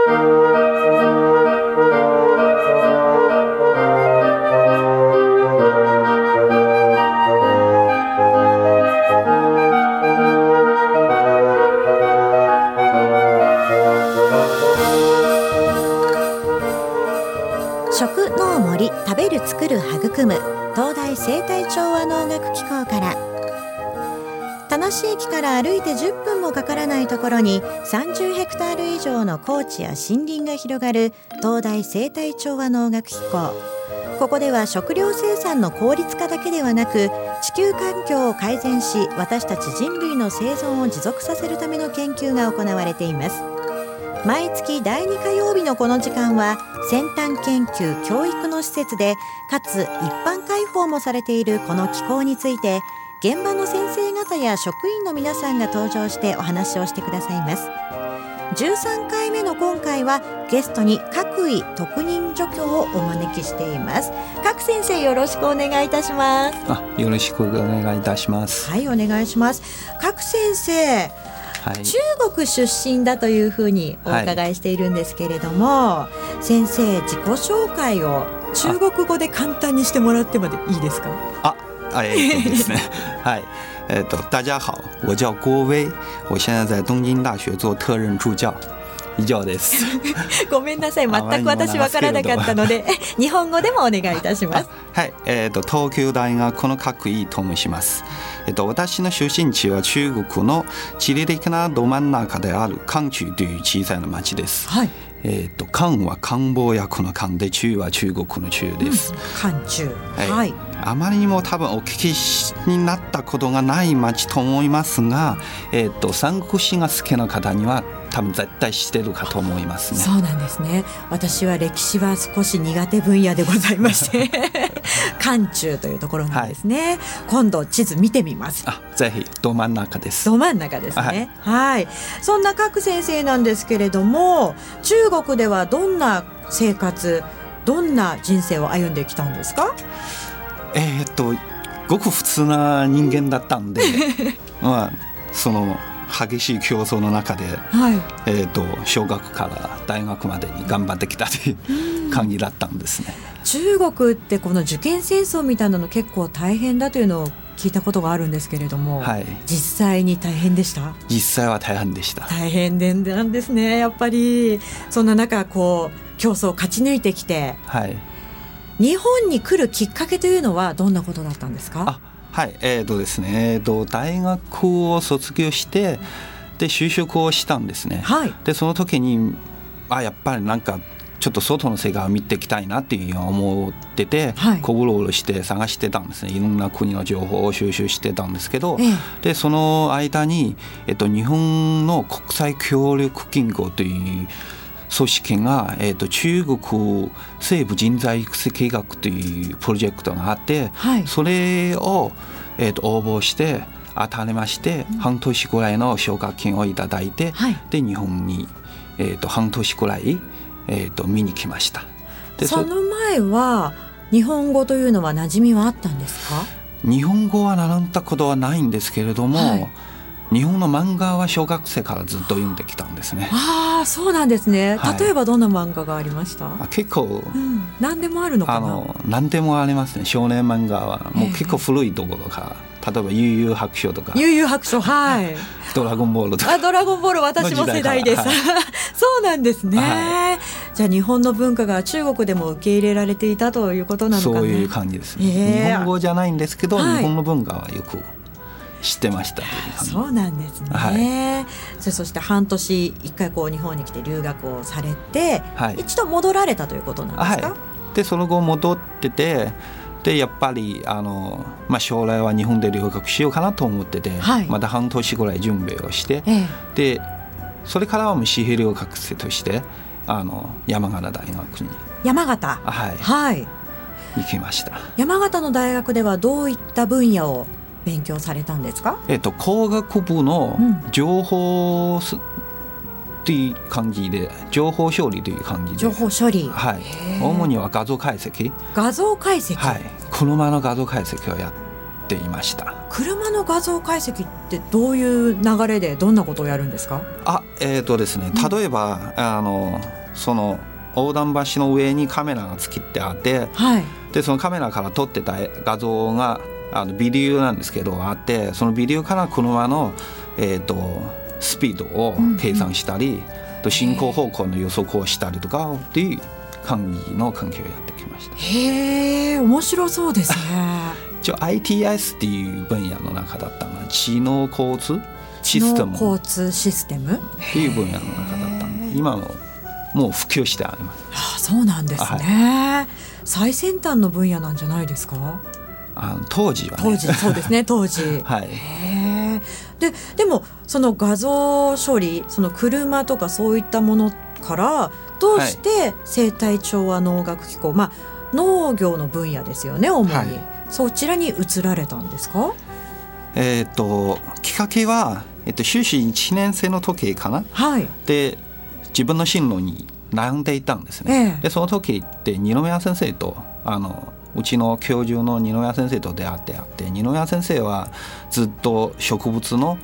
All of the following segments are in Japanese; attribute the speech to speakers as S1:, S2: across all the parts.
S1: 食農森食べる作る育む東大生態調和農学機構から、田無駅から歩いて10分もかからないところに30ヘクタール以上の高地や森林が広がる東大生態調和農学機構。ここでは食料生産の効率化だけではなく、地球環境を改善し、私たち人類の生存を持続させるための研究が行われています。毎月第2火曜日のこの時間は、先端研究教育の施設で、かつ一般開放もされているこの機構について、現場の先生方や職員の皆さんが登場してお話をしてくださいます。13回目の今回は、ゲストに角井特任助教をお招きしています。角先生、よろしくお願いいたします。
S2: よろしくお願いいたします。
S1: はい、お願いします。角先生、中国出身だというふうにお伺いしているんですけれども、先生、自己紹介を中国語で簡単にしてもらってもいいですか？
S2: ですねはい大家好，我叫郭威，我现在在东京大学做特任助教。以上です。
S1: ごめんなさい、全く私分からなかったので日本語でもお願いいたします。
S2: はい、東京大学の角井と申します。私の出身地は中国の地理的など真ん中である甘州という小さな町です。はい。甘は漢方薬の漢で、中は中国の中です。
S1: 甘州。はい。
S2: あまりにも多分お聞きになったことがない町と思いますが、三国志が好きな方には多分絶対知ってるかと思いますね。
S1: そうなんですね。私は歴史は少し苦手分野でございまして甘州というところなんですね。はい、今度地図見てみます。
S2: ぜひ。ど真ん中です。
S1: ど真ん中ですね。はい。そんな角先生なんですけれども、中国ではどんな生活、どんな人生を歩んできたんですか？
S2: ごく普通な人間だったんでその激しい競争の中で、小学から大学までに頑張ってきたという感じだったんですね。
S1: 中国ってこの受験戦争みたいなの結構大変だというのを聞いたことがあるんですけれども、実際に大変でした？
S2: 実際は大変でした。
S1: 大変なんですね。やっぱりそんな中競争を勝ち抜いてきて、日本に来るきっかけというのはどんなことだったんですか？
S2: ですね、大学を卒業してで就職をしたんですね。でその時にやっぱりなんかちょっと外の世界を見ていきたいなっていうふうに思ってて、こううろうろして探してたんですね。いろんな国の情報を収集してたんですけど、でその間に、日本の国際協力銀行という組織が、中国西部人材育成計画というプロジェクトがあって、それを、応募して当たりまして、半年くらいの奨学金をいただいて、で日本に、半年くらい、見に来ました。で
S1: その前は日本語というのは馴染みはあったんですか？
S2: 日本語は習ったことはないんですけれども、日本の漫画は小学生からずっと読んできたんですね。
S1: そうなんですね。例えばどんな漫画がありました？
S2: 結構、
S1: 何でもあるのかな？
S2: 何でもありますね。少年漫画はもう結構古いところから、例えば悠々白書とか、
S1: 悠々白書、
S2: ドラゴンボールとか。
S1: ドラゴンボール私も世代です。そうなんですね。じゃあ日本の文化が中国でも受け入れられていたということなのかな？
S2: そういう感じですね。日本語じゃないんですけど、日本の文化はよく知ってました。
S1: そうなんですね。そして半年1回日本に来て留学をされて、一度戻られたということなんですか？
S2: でその後戻ってて、でやっぱり将来は日本で留学しようかなと思ってて、また半年ぐらい準備をして、でそれからは私費留学生として山形大学に行きました。
S1: 山形の大学ではどういった分野を勉強されたんですか？
S2: 工学部の情報という感じで、情報処理という感じで、
S1: 情報処理、
S2: 主には画像解析、
S1: 車の画像解析をやっ
S2: ていました。
S1: 車の画像解析ってどういう流れでどんなことをやるんですか？
S2: ですね、例えば、その横断橋の上にカメラがつけてあって、はい、でそのカメラから撮ってた画像がビデオなんですけどあって、そのビデオから車の、スピードを計算したり、進行方向の予測をしたりとかっていう感じの関係をやってきました。
S1: へえ、面白そうですね。
S2: ITS っていう分野の中だったのが知能交通システムっていう分野の中だったので、今もう普及してあります。
S1: そうなんですね、はい、最先端の分野なんじゃないですか？
S2: 当時はね。
S1: 当時そうですね当時
S2: はい。
S1: でもその画像処理、その車とかそういったものからどうして生態調和能楽機構、農業の分野ですよね主に、はい、そちらに移られたんですか？
S2: きっかけは、修士1年生の時かな、はい、で自分の進路に悩んでいたんですね、でその時って二宮先生とうちの教授の二宮先生と出会ってあって、二宮先生はずっと植物の、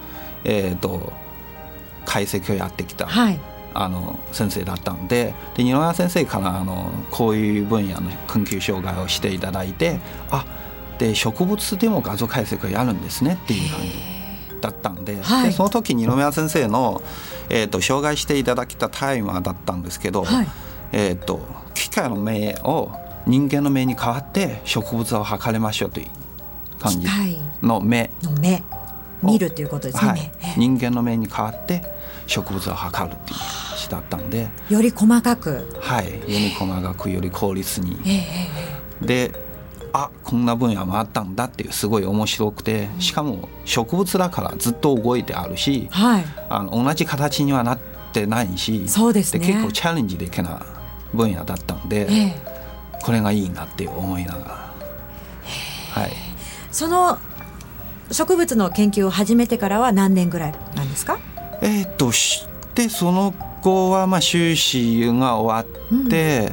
S2: 解析をやってきた、はい、先生だったんで、二宮先生からこういう分野の研究障害をしていただいて、で植物でも画像解析をやるんですねっていう感じだったんで、はい、でその時二宮先生の、紹介していただきたタイマーだったんですけど、はい、機械の目を人間の目に代わって植物を測りましょうという感じの目
S1: 見るということですね、はい、
S2: 人間の目に代わって植物を測るっていう話だったんで、
S1: より細かく、
S2: はい、より細かくより効率に、でこんな分野もあったんだっていう、すごい面白くて、しかも植物だからずっと動いてあるし、はい、同じ形にはなってないし、そうですね、で結構チャレンジできな分野だったんで、これがいいなって思いながら、はい、
S1: その植物の研究を始めてからは何年ぐらいなんですか？
S2: でその後は修士が終わって、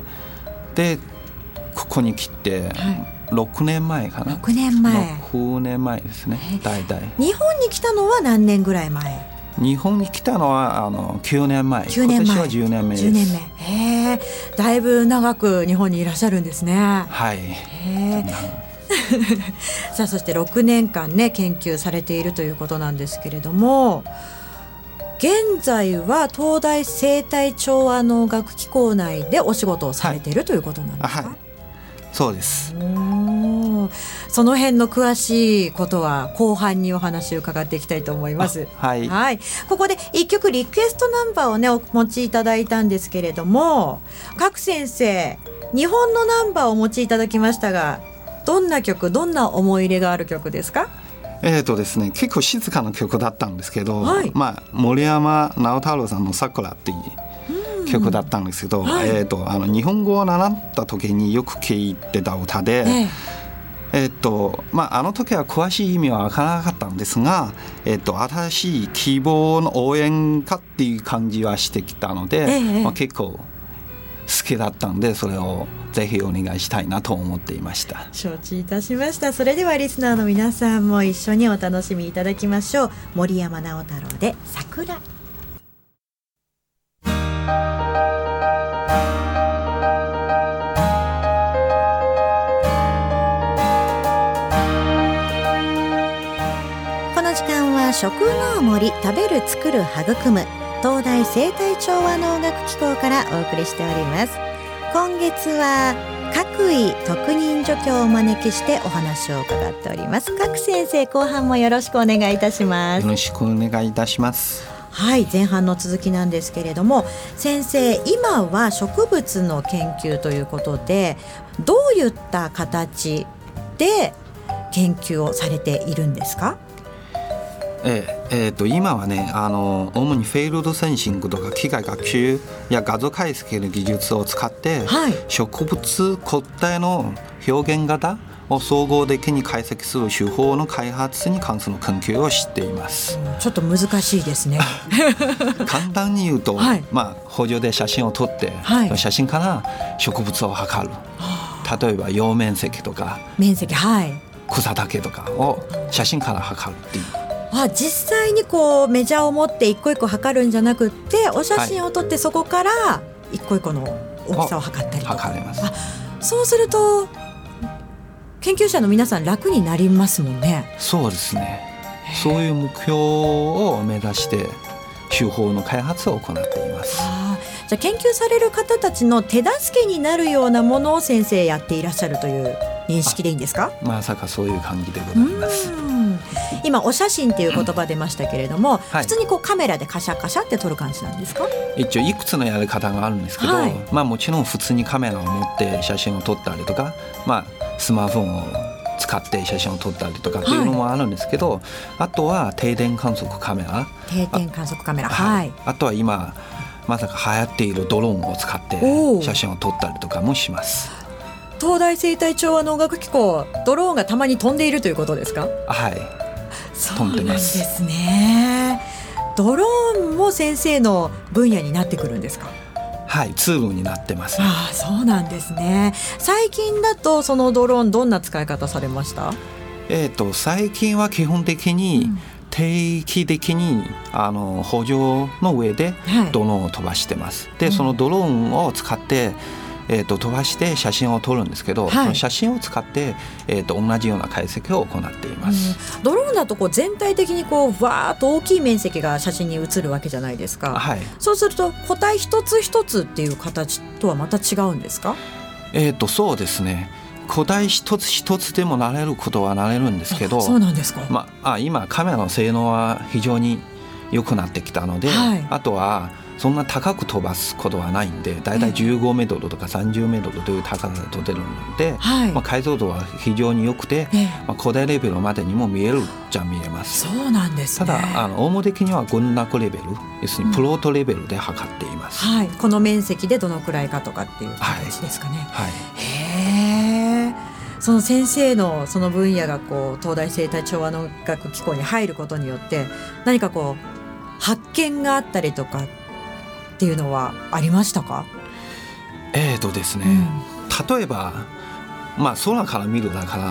S2: でここに来て、6年前かな。
S1: 6年前
S2: ですね、大体。
S1: 日本に来たのは何年ぐらい前？
S2: 日本に来たのは9年前。今年は10年目です。10年
S1: 目。だいぶ長く日本にいらっしゃるんですね。
S2: はい。
S1: さあ、そして6年間ね研究されているということなんですけれども、現在は東大生態調和能楽機構内でお仕事をされている、ということなんですか？
S2: はい、そうです。
S1: その辺の詳しいことは後半にお話を伺っていきたいと思います。はい、はい、ここで1曲リクエストナンバーをねお持ちいただいたんですけれども、賀来先生、日本のナンバーをお持ちいただきましたが、どんな曲、どんな思い入れがある曲ですか？
S2: ですね、結構静かな曲だったんですけど、はい、森山直太朗さんのさくらっていう曲だったんですけど、はい、日本語を習った時によく聴いてた歌で、あの時は詳しい意味は分からなかったんですが、新しい希望の応援歌っていう感じはしてきたので、結構好きだったんで、それをぜひお願いしたいなと思っていました。
S1: 承知いたしました。それではリスナーの皆さんも一緒にお楽しみいただきましょう。森山直太朗で桜。この時間は食の森、食べる作る育む東大生態調和能楽機構からお送りしております。今月は角井特任助教をお招きしてお話を伺っております。賀来先生、後半もよろしくお願いいたします。
S2: よろしくお願いいたします。
S1: はい、前半の続きなんですけれども、先生、今は植物の研究ということで、どういった形で研究をされているんですか？
S2: 今はね、主にフェイルドセンシングとか機械学習や画像解析の技術を使って、植物個体の表現型を総合的に解析する手法の開発に関する研究をしています。
S1: ちょっと難しいですね。
S2: 簡単に言うと、補助で写真を撮って、写真から植物を測る。例えば葉面積とか
S1: 面積、
S2: 草丈とかを写真から測るっていう。
S1: 実際にこうメジャーを持って一個一個測るんじゃなくってお写真を撮ってそこから一個一個の大きさを測ったりとか、
S2: 測れます。
S1: そうすると研究者の皆さん楽になりますもんね。
S2: そうですね。そういう目標を目指して手法の開発を行っています。
S1: じゃあ研究される方たちの手助けになるようなものを先生やっていらっしゃるという認識でいいんですか？
S2: まさかそういう感じでございます。
S1: 今お写真っていう言葉出ましたけれども、普通にこうカメラでカシャカシャって撮る感じなんですか？
S2: 一応いくつのやり方があるんですけど、もちろん普通にカメラを持って写真を撮ったりとか、スマートフォンを使って写真を撮ったりとかっていうのもあるんですけど、あとは定点観測カメラ、あとは今まさか流行っているドローンを使って写真を撮ったりとかもします。
S1: 東大生態調和能楽機構、ドローンがたまに飛んでいるということですか？
S2: はい、
S1: 飛んでます。そうなんですね。ドローンも先生の分野になってくるんですか？
S2: はい、ツールになってます。
S1: そうなんですね。最近だとそのドローンどんな使い方されました？
S2: 最近は基本的に定期的に補助の上でドローンを飛ばしてます。でそのドローンを使って飛ばして写真を撮るんですけど、その写真を使って、同じような解析を行っています。
S1: ドローンだとこう全体的にこうわーっと大きい面積が写真に写るわけじゃないですか。そうすると個体一つ一つっていう形とはまた違うんですか？
S2: そうですね。個体一つ一つでも慣れることは慣れるんですけど、
S1: そうなんですか。
S2: 今カメラの性能は非常に良くなってきたので、あとはそんな高く飛ばすことはないんで、だいたい15メートルとか30メートルという高さで飛べるので、解像度は非常に良くて、古代レベルまでにも見えるじゃ見えます。
S1: そうなんですね。
S2: ただ主的には群落レベル、要するにプロトレベルで測っています。
S1: この面積でどのくらいかとかっていう形ですかね。その先生のその分野がこう東大生態調和能楽機構に入ることによって何かこう発見があったりとかっていうのはありましたか？
S2: ですね、例えば空から見るだから、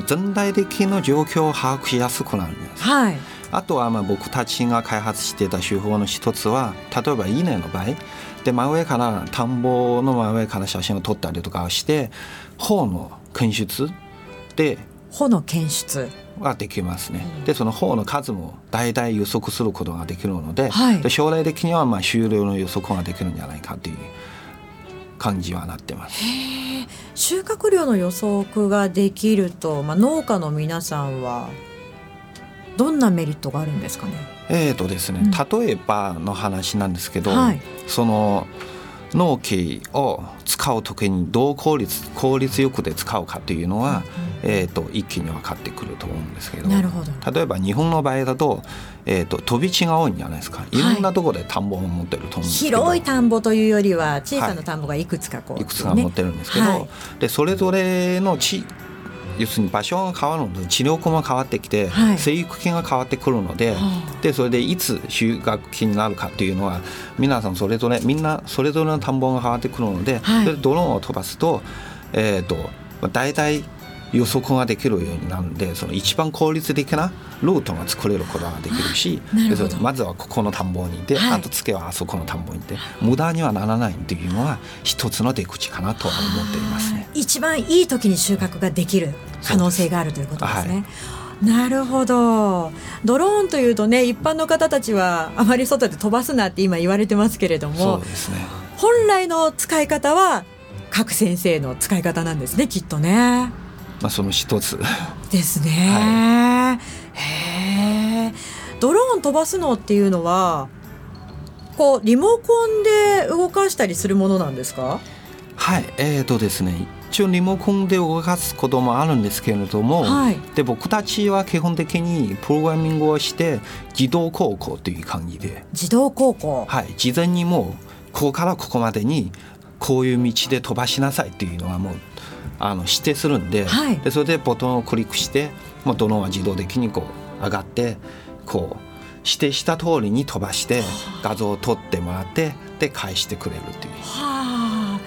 S2: 全体的な状況を把握しやすくなるんです。あとは僕たちが開発していた手法の一つは、例えば稲の場合で真上から田んぼの真上から写真を撮ったりとかをして穂の検出で
S1: 穂の検出
S2: ができますね。でその穂の数も大体予測することができるので、で将来的には収量の予測ができるんじゃないかという感じはなってます。
S1: 収穫量の予測ができると、農家の皆さんはどんなメリットがあるんですかね？
S2: ですね、例えばの話なんですけど、その農機を使うときにどう効率よくで使うかというのは、一気に分かってくると思うんですけど、例えば日本の場合だと、飛び地が多いんじゃないですか。いろんなところで田んぼを持ってると思うんですけど、
S1: 広い田んぼというよりは小さな田んぼがいくつか
S2: いくつか持ってるんですけど、でそれぞれの要するに場所が変わるので治療法も変わってきて、生育期が変わってくるので、でそれでいつ収穫期になるかというのは皆さんみんなそれぞれの田んぼが変わってくるので、でドローンを飛ばすと、大体予測ができるようになるので、その一番効率的なルートが作れることができるし、まずはここの田んぼにいて、あと次はあそこの田んぼにいて、無駄にはならないというのは一つの出口かなとは思っていますね。
S1: 一番いい時に収穫ができる可能性があるということですね。なるほど。ドローンというとね、一般の方たちはあまり外で飛ばすなって今言われてますけれども、
S2: そうですね、
S1: 本来の使い方は各先生の使い方なんですね、きっとね。
S2: その一つ
S1: ですね。へー。ドローン飛ばすのっていうのはこうリモコンで動かしたりするものなんですか？
S2: ですね、一応リモコンで動かすこともあるんですけれども、で僕たちは基本的にプログラミングをして自動航行という感じで、
S1: 自動航行、
S2: 事前にもうここからここまでにこういう道で飛ばしなさいというのはもう指定するんで、でそれでボタンをクリックしてもうドローンは自動的にこう上がってこう指定した通りに飛ばして画像を撮ってもらってで返してくれるという。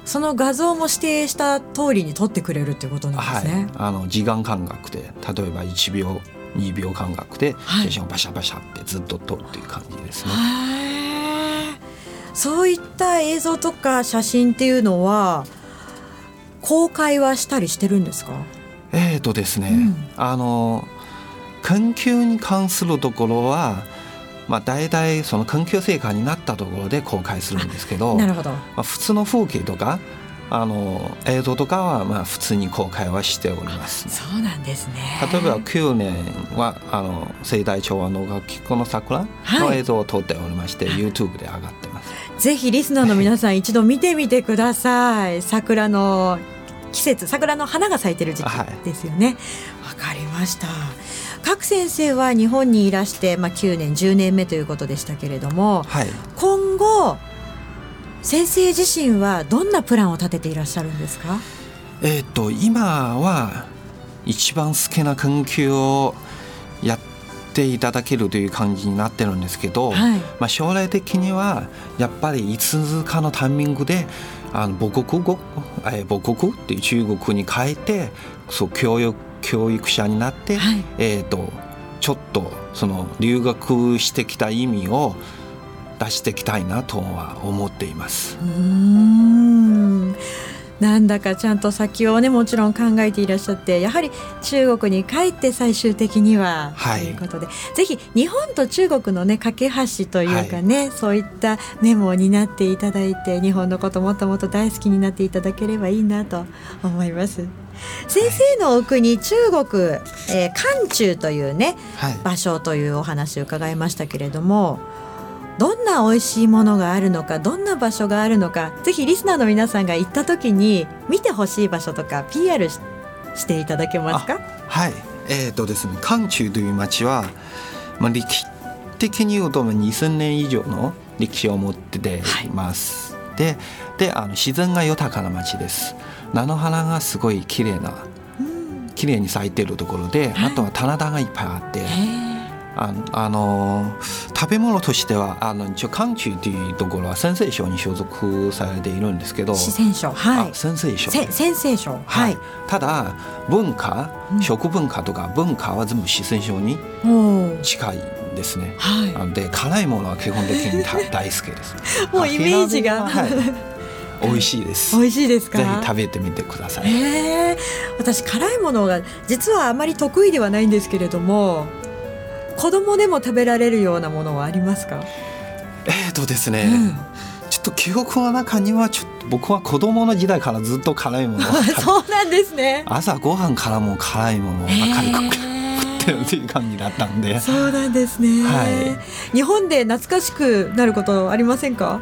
S1: その画像も指定した通りに撮ってくれるっていうことなんですね。
S2: はい、時間間隔で例えば1秒2秒間隔で写真をバシャバシャってずっと撮るっていう感じですね。
S1: そういった映像とか写真っていうのは公開はしたりしてるんですか？
S2: ですね、研究に関するところは、大体その研究成果になったところで公開するんですけど、
S1: なるほど。
S2: 普通の風景とか映像とかは普通に公開はしております、ね。
S1: そうなんですね。
S2: 例えば去年は生態調和能楽機構の桜の映像を撮っておりまして、YouTube で上がってます。
S1: ぜひリスナーの皆さん一度見てみてください。桜の季節、桜の花が咲いてる時期ですよね。わかりました。賀来先生は日本にいらして、9年10年目ということでしたけれども、今後先生自身はどんなプランを立てていらっしゃるんですか？
S2: 今は一番好きな研究をやっていただけるという感じになってるんですけど、将来的にはやっぱりいつかのタイミングで母国っていう中国に変えて教育者になって、ちょっとその留学してきた意味を出していきたいなとは思っています。
S1: なんだかちゃんと先をねもちろん考えていらっしゃって、やはり中国に帰って最終的には、ということでぜひ日本と中国のね架け橋というかね、そういったメモを担っていただいて日本のこともっともっと大好きになっていただければいいなと思います。先生のお国中国、漢中というね、場所というお話を伺いましたけれども、どんな美味しいものがあるのか、どんな場所があるのか、ぜひリスナーの皆さんが行った時に見てほしい場所とか PR していただけますか？
S2: ですね、漢中という町は、歴史的に言うと2000年以上の歴史を持っています、で自然が豊かな町です。菜の花がすごい綺麗に咲いているところで、あとは棚田がいっぱいあって、食べ物としては一応漢中というところは陝西省に所属されているんですけど、
S1: 四川省、
S2: 陝西省、
S1: 陝西省、
S2: ただ文化、食文化とか文化は全部四川省に近いんですね。で辛いものは基本的に大好きです
S1: もうイメージが
S2: 美味しいです。
S1: 美味しいですか？
S2: ぜひ食べてみてください。
S1: 私辛いものが実はあまり得意ではないんですけれども、子供でも食べられるようなものはありますか？
S2: ですね、ちょっと記憶の中には僕は子供の時代からずっと辛いものを
S1: そうなんですね。
S2: 朝ご飯からも辛いものばかり食ってるという感じだったんで。
S1: そうなんですね、日本で懐かしくなることありませんか？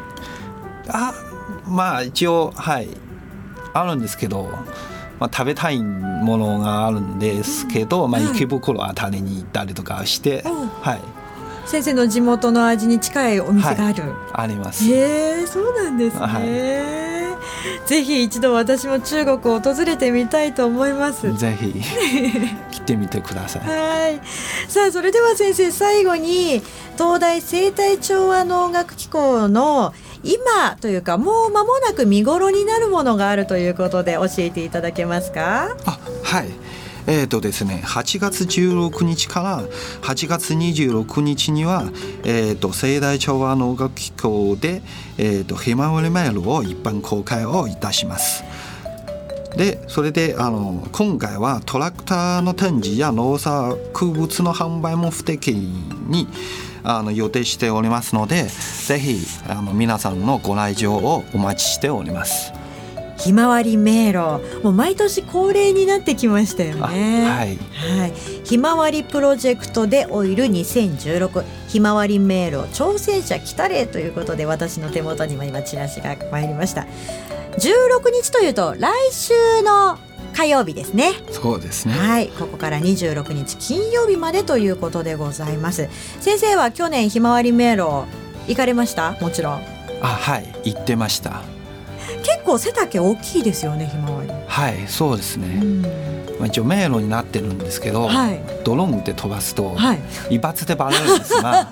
S2: 一応あるんですけど、食べたいものがあるんですけど、池袋あたりに行ったりとかして、
S1: 先生の地元の味に近いお店がある、
S2: あります。
S1: そうなんですね、ぜひ一度私も中国を訪れてみたいと思います。
S2: ぜひ来てみてください。
S1: さあそれでは先生、最後に東大生態調和能楽機構の今というかもう間もなく見頃になるものがあるということで教えていただけますか？
S2: ですね、8月16日から8月26日には、生態調和能楽機構で、ひまわり迷路を一般公開をいたします。でそれで今回はトラクターの展示や農作物の販売も不定期に予定しておりますので、ぜひ皆さんのご来場をお待ちしております。
S1: ひまわり迷路、もう毎年恒例になってきましたよね。ひまわりプロジェクトでオイル2016ひまわり迷路挑戦者来たれということで、私の手元にも今チラシが参りました。16日というと来週の火曜日ですね。
S2: そうですね。
S1: ここから26日金曜日までということでございます。先生は去年ひまわり迷路行かれました？もちろん。
S2: 行ってました。
S1: 結構背丈大きいですよね、ひまわり。
S2: そうですね。一応迷路になってるんですけど、ドローンで飛ばすと一発でバレるんですが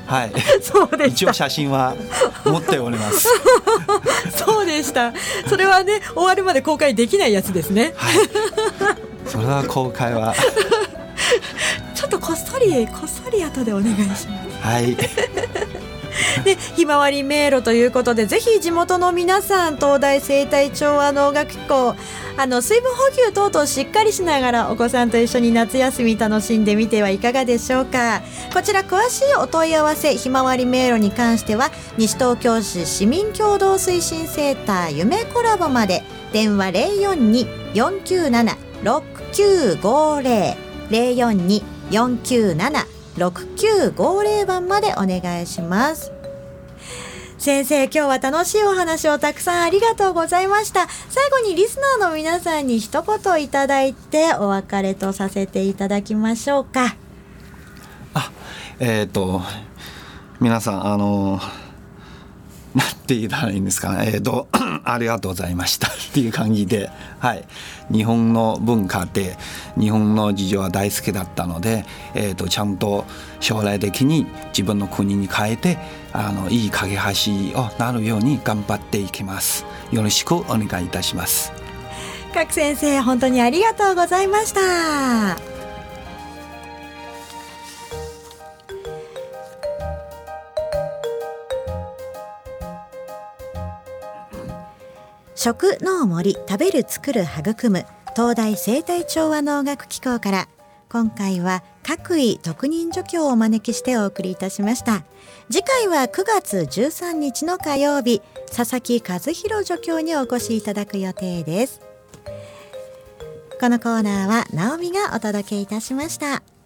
S2: はい、
S1: そうでした。
S2: 一応写真は持っております
S1: そうでした。それはね、終わるまで公開できないやつですね。
S2: はい、それは公開は
S1: ちょっとこっそり後でお願いします。
S2: はい
S1: で、ひまわり迷路ということで、ぜひ地元の皆さん、東大生態調和能楽機構、水分補給等々しっかりしながらお子さんと一緒に夏休み楽しんでみてはいかがでしょうか。こちら詳しいお問い合わせ、ひまわり迷路に関しては西東京市市民共同推進センター夢コラボまで、電話 042-497-6950 042-497-6950番までお願いします。先生、今日は楽しいお話をたくさんありがとうございました。最後にリスナーの皆さんに一言いただいてお別れとさせていただきましょうか。
S2: 皆さんなんて言ったらいいんですかね、ありがとうございましたっていう感じで、はい、日本の文化で日本の事情は大好きだったので、ちゃんと将来的に自分の国に変えていい架け橋をなるように頑張っていきます。よろしくお願いいたします。
S1: 賀来先生、本当にありがとうございました。食の森、食べる作る育む東大生態調和能楽機構から、今回は角井特任助教をお招きしてお送りいたしました。次回は9月13日の火曜日、佐々木和弘助教にお越しいただく予定です。このコーナーはナオミがお届けいたしました。